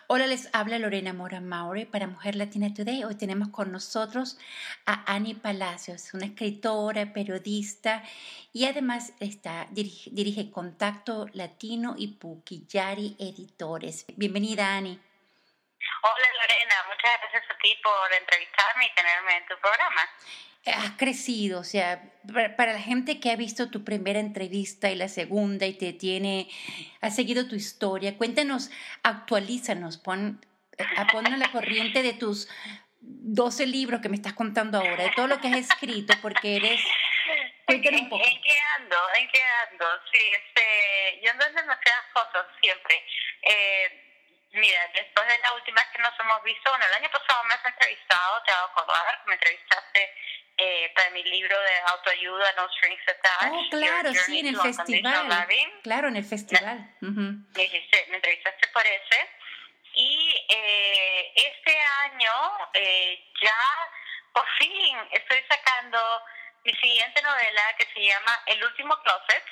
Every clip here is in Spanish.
Hola, les habla Lorena Mora Maure para Mujer Latina Today. Hoy tenemos con nosotros a Annie Palacios, una escritora, periodista y además dirige Contacto Latino y Puquillari Editores. Bienvenida, Annie. Hola Lorena, muchas gracias a ti por entrevistarme y tenerme en tu programa. Has crecido, o sea, para la gente que ha visto tu primera entrevista y la segunda y ha seguido tu historia, cuéntanos, actualízanos, ponnos la corriente de tus 12 libros que me estás contando ahora, de todo lo que has escrito, porque cuéntanos un poco. ¿En qué ando? Sí, yo ando en demasiadas cosas siempre. Mira, después de la última vez que nos hemos visto, el año pasado me has entrevistado, te hago acordar, me entrevistaste para mi libro de autoayuda, No Strings Attached. Oh, claro, sí, en el festival. Claro, en el festival. Me entrevistaste por ese. Y este año ya por fin estoy sacando mi siguiente novela que se llama El último closet.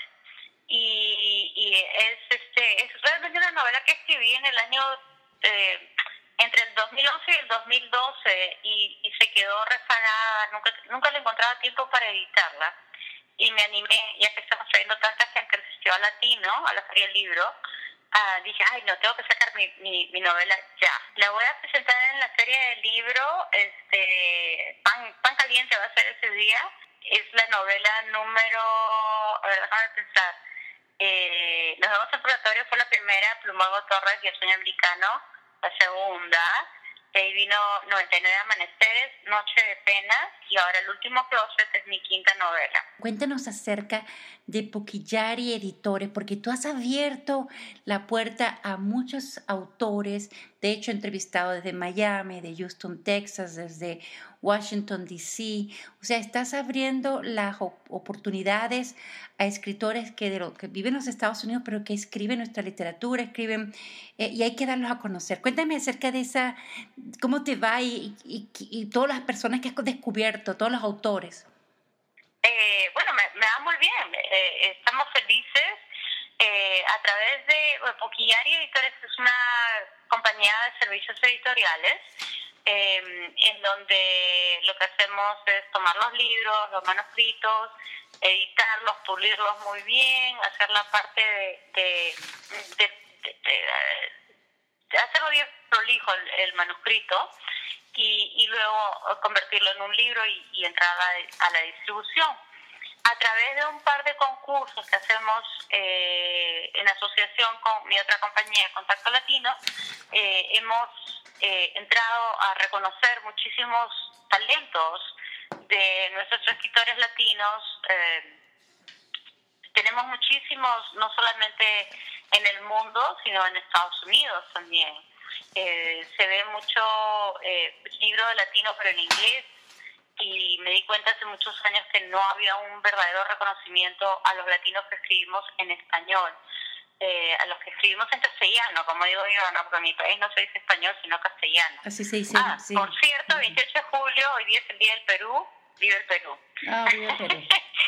Y es realmente una novela que escribí en el año entre el 2011 y el 2012 y se quedó rezagada, nunca le encontraba tiempo para editarla y me animé, ya que estamos trayendo tanta gente al Festival Latino, a la Feria del Libro. Dije, tengo que sacar mi novela ya. La voy a presentar en la Feria del Libro, pan caliente va a ser ese día. Es la novela número, a ver, déjame pensar. Nos vemos en Purgatorio fue la primera, Plumago Torres y El Sueño Americano, la segunda. De ahí vino 99 Amaneceres, Noche de Penas, y ahora El último closet es mi quinta novela. Cuéntanos acerca de Puquillari Editores, porque tú has abierto la puerta a muchos autores. De hecho, he entrevistado desde Miami, de Houston, Texas, desde Washington, D.C. O sea, estás abriendo las oportunidades a escritores que viven en los Estados Unidos, pero que escriben nuestra literatura, y hay que darlos a conocer. Cuéntame acerca de cómo te va y todas las personas que has descubierto, todos los autores. Bueno, me va muy bien. Estamos felices. A través de Puquillari Editores, es una compañía de servicios editoriales en donde lo que hacemos es tomar los libros, los manuscritos, editarlos, pulirlos muy bien, hacer la parte de hacerlo bien prolijo el manuscrito y luego convertirlo en un libro y entrar a la distribución. A través de un par de concursos que hacemos en asociación con mi otra compañía, Contacto Latino, hemos entrado a reconocer muchísimos talentos de nuestros escritores latinos. Tenemos muchísimos, no solamente en el mundo, sino en Estados Unidos también. Se ve mucho libro de latino, pero en inglés, y me di cuenta hace muchos años que no había un verdadero reconocimiento a los latinos que escribimos en español, a los que escribimos en castellano, como digo yo, no, porque en mi país no se dice español, sino castellano. Así se dice. Sí. Por cierto, 28 de julio, hoy día es el Día del Perú, viva el Perú. Viva el Perú.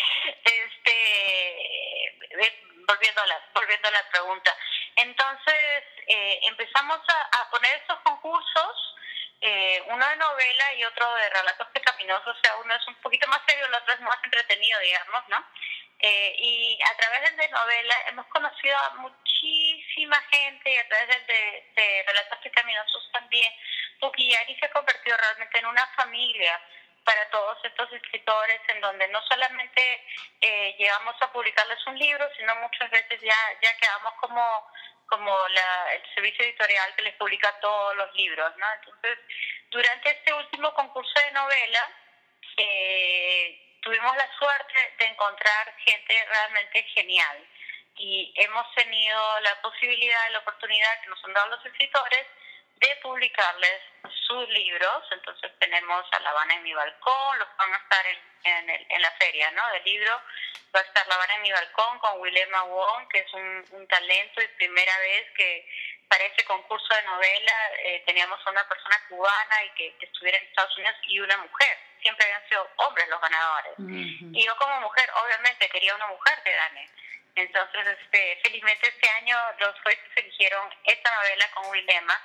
Volviendo a la pregunta. Entonces, empezamos a poner estos concursos, uno de novela y otro de relatos pecaminosos, o sea, uno es un poquito más serio, el otro es más entretenido, digamos, ¿no? Y a través de novela hemos conocido a muchísima gente y a través de relatos pecaminosos también. Puquillari se ha convertido realmente en una familia para todos estos escritores, en donde no solamente llegamos a publicarles un libro, sino muchas veces ya quedamos como el servicio editorial que les publica todos los libros, ¿no? Entonces, durante este último concurso de novela, tuvimos la suerte de encontrar gente realmente genial y hemos tenido la posibilidad y la oportunidad que nos han dado los escritores de publicarles sus libros. Entonces tenemos a La Habana en mi balcón, los van a estar en la feria, ¿no?, del libro. Va a estar La Habana en mi balcón con Wilema Wong, que es un talento, y primera vez que para ese concurso de novela teníamos a una persona cubana y que estuviera en Estados Unidos y una mujer. Siempre habían sido hombres los ganadores. Uh-huh. Y yo como mujer, obviamente, quería una mujer que gane. Entonces, felizmente este año los jueces eligieron esta novela con Wilema.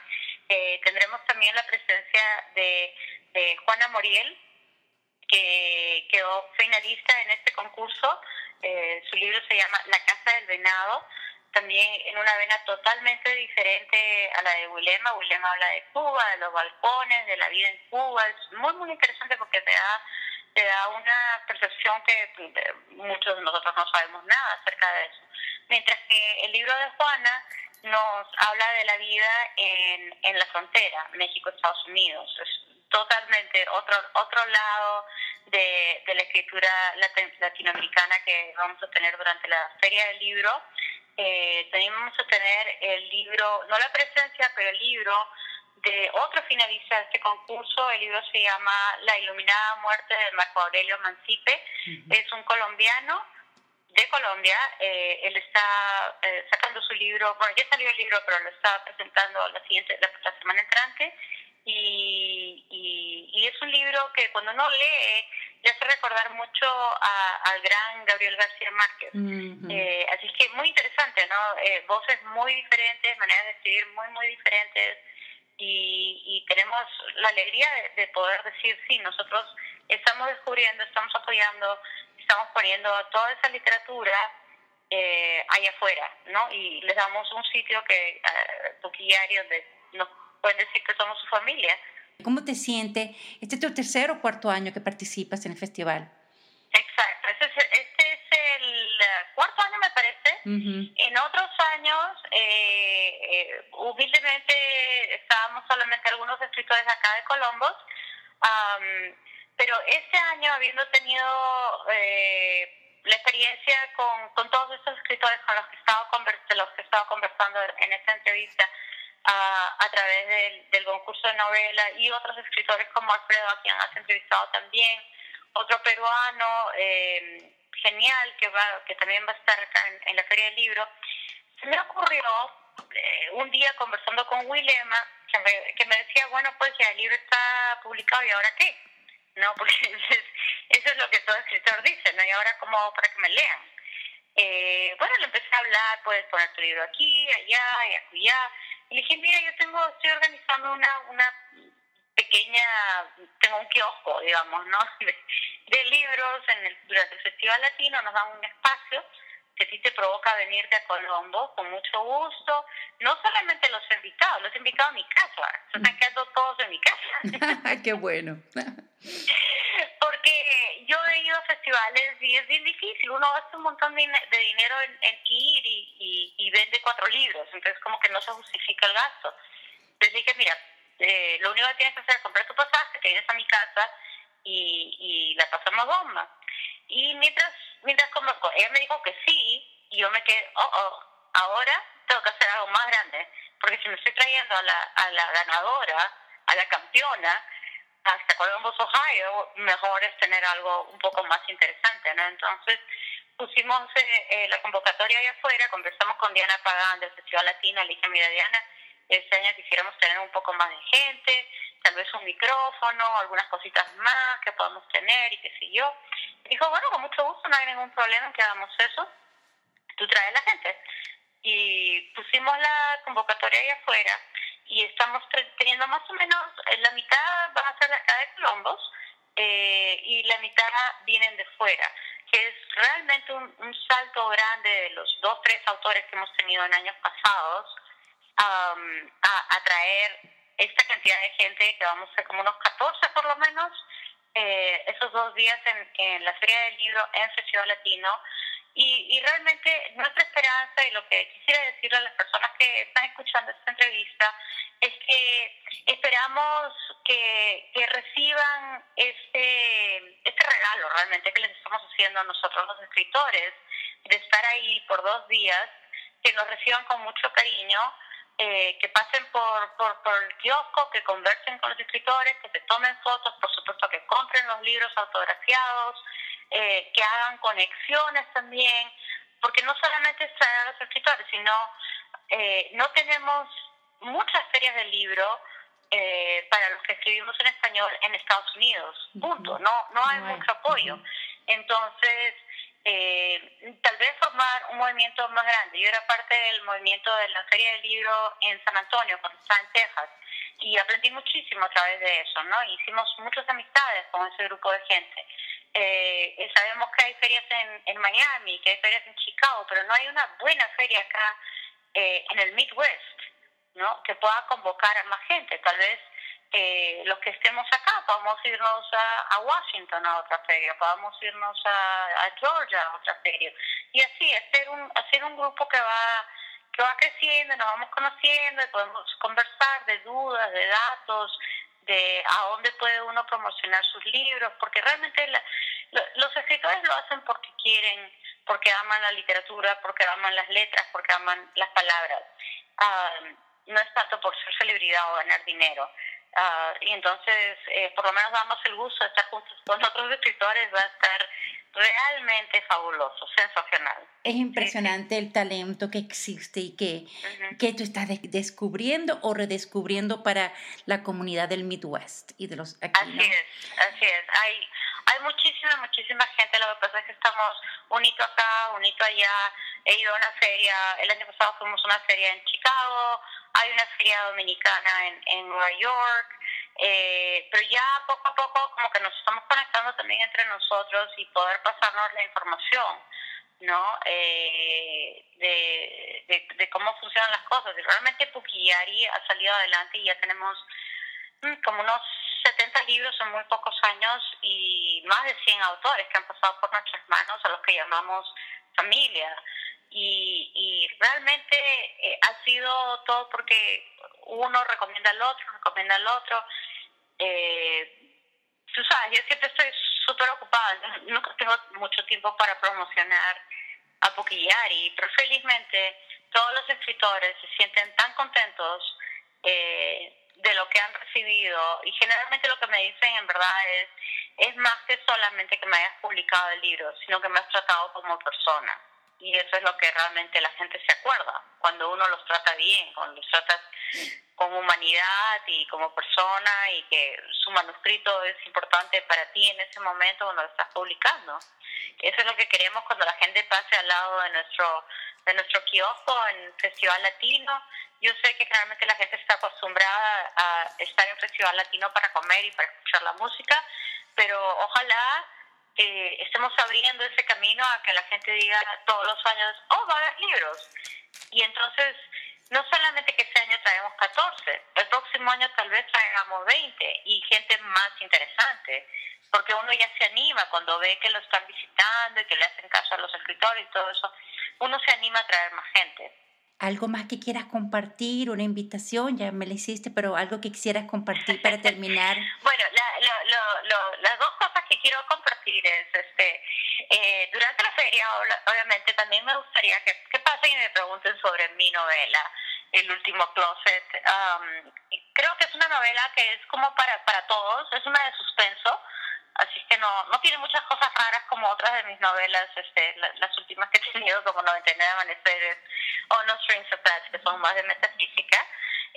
Tendremos también la presencia de Juana Moriel, que quedó finalista en este concurso. Su libro se llama La Casa del Venado, también en una vena totalmente diferente a la de Wilema. Wilema habla de Cuba, de los balcones, de la vida en Cuba. Es muy, muy interesante porque te da una percepción que muchos de nosotros no sabemos nada acerca de eso. Mientras que el libro de Juana nos habla de la vida en la frontera, México-Estados Unidos. Es totalmente otro lado de la escritura latinoamericana que vamos a tener durante la Feria del Libro. Tenemos a tener el libro, no la presencia, pero el libro de otro finalista de este concurso. El libro se llama La iluminada muerte de Marco Aurelio Mancipe. Es un colombiano de Colombia. Él está sacando su libro, bueno, ya salió el libro, pero lo está presentando la semana entrante. Y es un libro que cuando uno lee le hace recordar mucho al gran Gabriel García Márquez. Así que muy interesante, ¿no? Voces muy diferentes, maneras de escribir muy, muy diferentes, y tenemos la alegría de poder decir, sí, nosotros estamos descubriendo, estamos apoyando, estamos poniendo toda esa literatura allá afuera, ¿no? Y les damos un sitio que Boquillario, donde nos pueden decir que somos su familia. ¿Cómo te sientes? Este es tu tercer o cuarto año que participas en el festival. Exacto, este es el cuarto año, me parece. En otros años, humildemente, estábamos solamente algunos escritores acá de Columbus, pero este año, habiendo tenido la experiencia con todos estos escritores con los que he estado conversando en esta entrevista, a través del concurso de novela, y otros escritores como Alfredo, a quien has entrevistado también, otro peruano genial que también va a estar acá en la Feria del Libro. Se me ocurrió un día, conversando con Wilema, que me decía, bueno, pues ya el libro está publicado, ¿y ahora qué? No, porque eso es lo que todo escritor dice, ¿no? ¿Y ahora cómo para que me lean? Bueno, le empecé a hablar, puedes poner tu libro aquí, allá y acullá. Y le dije, mira, estoy organizando una pequeña, tengo un kiosco, digamos, ¿no? de libros durante el Festival Latino. Nos dan un espacio que a ti te provoca venirte a Colombo con mucho gusto. No solamente los invitados a mi casa, se están quedando todos en mi casa. ¡Qué bueno! Porque yo he ido a festivales y es bien difícil, uno gasta un montón de dinero en ir y vende 4 libros, entonces como que no se justifica el gasto. Entonces dije, mira, lo único que tienes que hacer es comprar tu pasaje, te vienes a mi casa y la pasamos bomba. Y mientras ella me dijo que sí, y yo me quedé, ahora tengo que hacer algo más grande, porque si me estoy trayendo a la ganadora, a la campeona, hasta Columbus, Ohio, mejor es tener algo un poco más interesante, ¿no? Entonces pusimos la convocatoria allá afuera, conversamos con Diana Pagán del Festival Latino. Le dije, mira, Diana, este año quisiéramos tener un poco más de gente, tal vez un micrófono, algunas cositas más que podamos tener y qué sé yo. Dijo, bueno, con mucho gusto, no hay ningún problema en que hagamos eso, tú traes la gente. Y pusimos la convocatoria allá afuera, y estamos teniendo más o menos, la mitad van a ser de acá de Columbus, y la mitad vienen de fuera, que es realmente un salto grande de los 2, 3 autores que hemos tenido en años pasados, a traer esta cantidad de gente, que vamos a ser como unos 14 por lo menos, esos 2 días en la Feria del Libro, en Festival Latino. Y realmente nuestra esperanza, y lo que quisiera decirle a las personas que están escuchando esta entrevista, es que esperamos que reciban este regalo realmente que les estamos haciendo a nosotros los escritores, de estar ahí por 2 días, que nos reciban con mucho cariño, que pasen por el kiosco, que conversen con los escritores, que se tomen fotos, por supuesto que compren los libros autografiados, que hagan conexiones también, porque no solamente es traer a los escritores, sino no tenemos muchas ferias del libro para los que escribimos en español en Estados Unidos, punto. No hay mucho apoyo. Entonces, tal vez formar un movimiento más grande. Yo era parte del movimiento de la Feria del Libro en San Antonio, cuando estaba en Texas, y aprendí muchísimo a través de eso, ¿no? Hicimos muchas amistades con ese grupo de gente. Sabemos que hay ferias en Miami, que hay ferias en Chicago, pero no hay una buena feria acá en el Midwest, ¿no? Que pueda convocar a más gente. Tal vez los que estemos acá podamos irnos a Washington a otra feria, podamos irnos a Georgia a otra feria. Y así, hacer un grupo que va creciendo, nos vamos conociendo y podemos conversar de dudas, de datos, de a dónde puede uno promocionar sus libros, porque realmente los escritores lo hacen porque quieren, porque aman la literatura, porque aman las letras, porque aman las palabras. No es tanto por ser celebridad o ganar dinero. Y entonces, por lo menos damos el gusto de estar juntos con otros escritores, va a estar realmente fabuloso, sensacional. Es impresionante el talento que existe y que tú estás descubriendo o redescubriendo para la comunidad del Midwest y de los aquí, ¿no? Así es. Hay muchísima gente. Lo que pasa es que estamos un hito acá, un hito allá. He ido a una feria, el año pasado fuimos a una feria en Chicago, hay una feria dominicana en Nueva York, pero ya poco a poco como que nos estamos conectando también entre nosotros y poder pasarnos la información, ¿no? De cómo funcionan las cosas. Y realmente Pukiyari ha salido adelante y ya tenemos como unos 70 libros en muy pocos años y más de 100 autores que han pasado por nuestras manos, a los que llamamos familia. Y realmente ha sido todo porque uno recomienda al otro. Tú sabes, yo siempre estoy súper ocupada, nunca tengo mucho tiempo para promocionar a Pukiyari, pero felizmente todos los escritores se sienten tan contentos de lo que han recibido, y generalmente lo que me dicen en verdad es más que solamente que me hayas publicado el libro, sino que me has tratado como persona. Y eso es lo que realmente la gente se acuerda, cuando uno los trata bien, cuando los tratas con humanidad y como persona, y que su manuscrito es importante para ti en ese momento cuando lo estás publicando. Eso es lo que queremos cuando la gente pase al lado de nuestro kiosco en Festival Latino. Yo sé que generalmente la gente está acostumbrada a estar en Festival Latino para comer y para escuchar la música, pero ojalá estemos abriendo ese camino a que la gente diga todos los años, va a haber libros. Y entonces, no solamente que este año traemos 14, el próximo año tal vez traigamos 20 y gente más interesante, porque uno ya se anima cuando ve que lo están visitando y que le hacen caso a los escritores y todo eso, uno se anima a traer más gente. ¿Algo más que quieras compartir? Una invitación, ya me la hiciste, pero algo que quisieras compartir para terminar. Bueno, las dos cosas que quiero compartir es, durante la feria, obviamente, también me gustaría que pasen y me pregunten sobre mi novela, El último closet. Creo que es una novela que es como para todos, es una de suspenso, así que no tiene muchas cosas raras como otras de mis novelas, las últimas que he tenido, como 99 amaneceres o No Strings Attached, que son más de metafísica.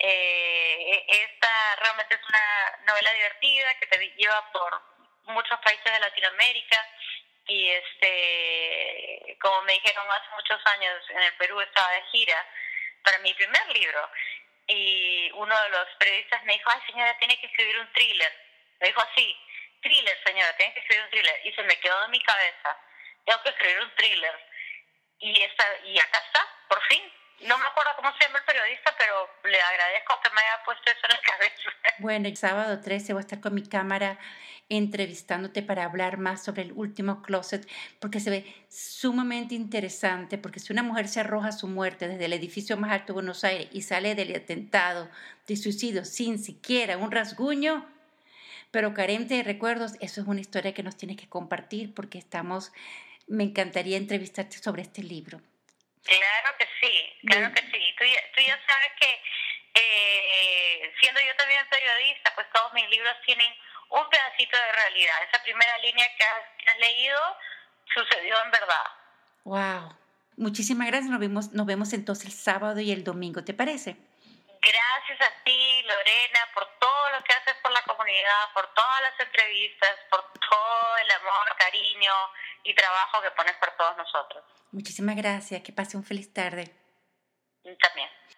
Esta realmente es una novela divertida que te lleva por muchos países de Latinoamérica, y como me dijeron hace muchos años, en el Perú estaba de gira para mi primer libro, y uno de los periodistas me dijo, ay señora, tiene que escribir un thriller. Me dijo así, thriller señora, tiene que escribir un thriller, y se me quedó en mi cabeza, tengo que escribir un thriller, y acá está, por fin. No me acuerdo cómo se llama el periodista, pero le agradezco que me haya puesto eso en la cabeza. Bueno, el sábado 13 voy a estar con mi cámara entrevistándote para hablar más sobre El último closet, porque se ve sumamente interesante, porque si una mujer se arroja a su muerte desde el edificio más alto de Buenos Aires y sale del atentado de suicidio sin siquiera un rasguño, pero carente de recuerdos, eso es una historia que nos tienes que compartir, porque me encantaría entrevistarte sobre este libro. Claro que sí, claro que sí. Tú ya sabes que siendo yo también periodista, pues todos mis libros tienen un pedacito de realidad. Esa primera línea que has leído sucedió en verdad. Wow. Muchísimas gracias. Nos vemos entonces el sábado y el domingo, ¿te parece? Gracias a ti, Lorena, por todo lo que haces por la comunidad, por todas las entrevistas, por todo el amor, cariño y trabajo que pones por todos nosotros. Muchísimas gracias. Que pase un feliz tarde. También.